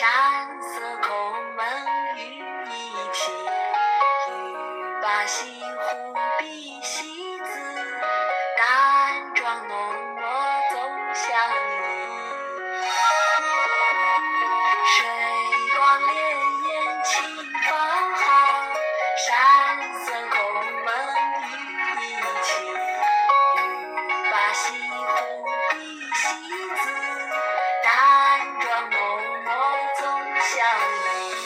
山色空蒙雨亦晴。欲把西湖比西子，淡妆浓抹总相宜。水光潋滟晴方好，山色空蒙雨亦晴。欲把西湖比西子，淡妆浓抹总相宜。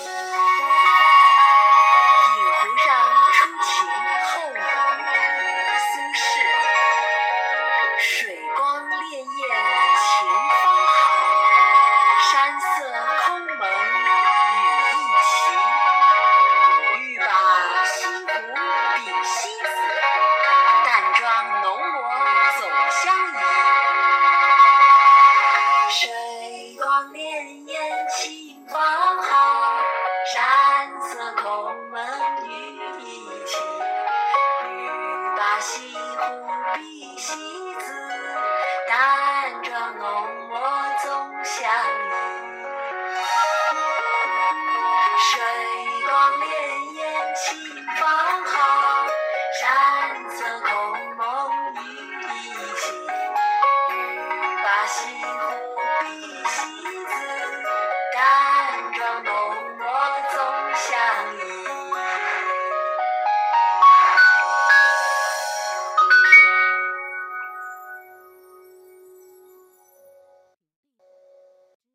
饮湖上初晴后雨，苏轼。水光潋滟晴方好，山色空蒙雨亦晴。欲把西湖比西子，淡妆浓抹总相宜。水光潋滟晴方好，山色空蒙雨亦晴。欲把西湖比西子，淡妆浓抹总相宜。